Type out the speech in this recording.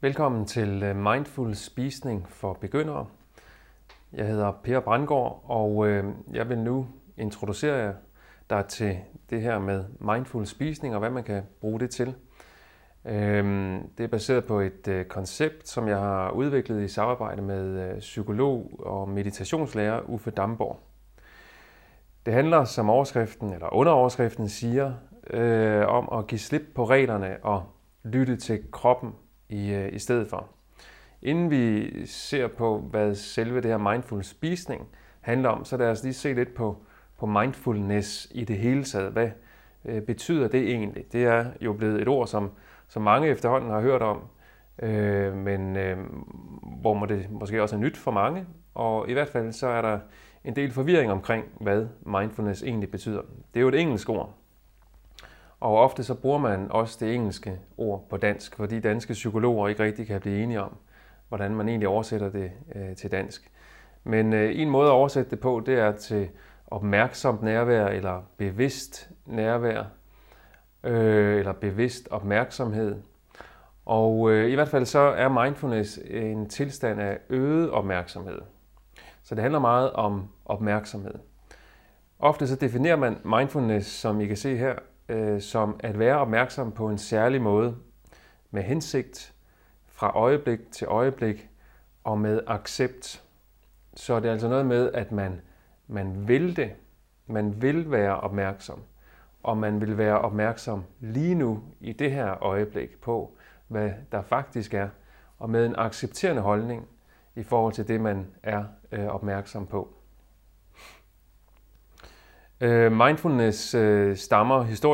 Velkommen til Mindful Spisning for begyndere. Jeg hedder Per Brandgaard, og jeg vil nu introducere dig til det her med mindful spisning og hvad man kan bruge det til. Det er baseret på et koncept, som jeg har udviklet i samarbejde med psykolog og meditationslærer Uffe Damborg. Det handler, som overskriften eller underoverskriften siger, om at give slip på reglerne og lytte til kroppen i stedet for. Inden vi ser på, hvad selve det her mindful spisning handler om, så lad os lige se lidt på mindfulness i det hele taget. Hvad betyder det egentlig? Det er jo blevet et ord, som mange efterhånden har hørt om, men hvor det måske også er nyt for mange. Og i hvert fald så er der en del forvirring omkring, hvad mindfulness egentlig betyder. Det er jo et engelsk ord. Og ofte så bruger man også det engelske ord på dansk, fordi danske psykologer ikke rigtig kan blive enige om, hvordan man egentlig oversætter det til dansk. Men en måde at oversætte det på, det er til opmærksomt nærvær eller bevidst nærvær, eller bevidst opmærksomhed. Og i hvert fald så er mindfulness en tilstand af øget opmærksomhed. Så det handler meget om opmærksomhed. Ofte så definerer man mindfulness, som I kan se her, som at være opmærksom på en særlig måde, med hensigt, fra øjeblik til øjeblik og med accept. Så det er altså noget med, at man vil det. Man vil være opmærksom. Og man vil være opmærksom lige nu i det her øjeblik på, hvad der faktisk er. Og med en accepterende holdning i forhold til det, man er opmærksom på. Mindfulness stammer historisk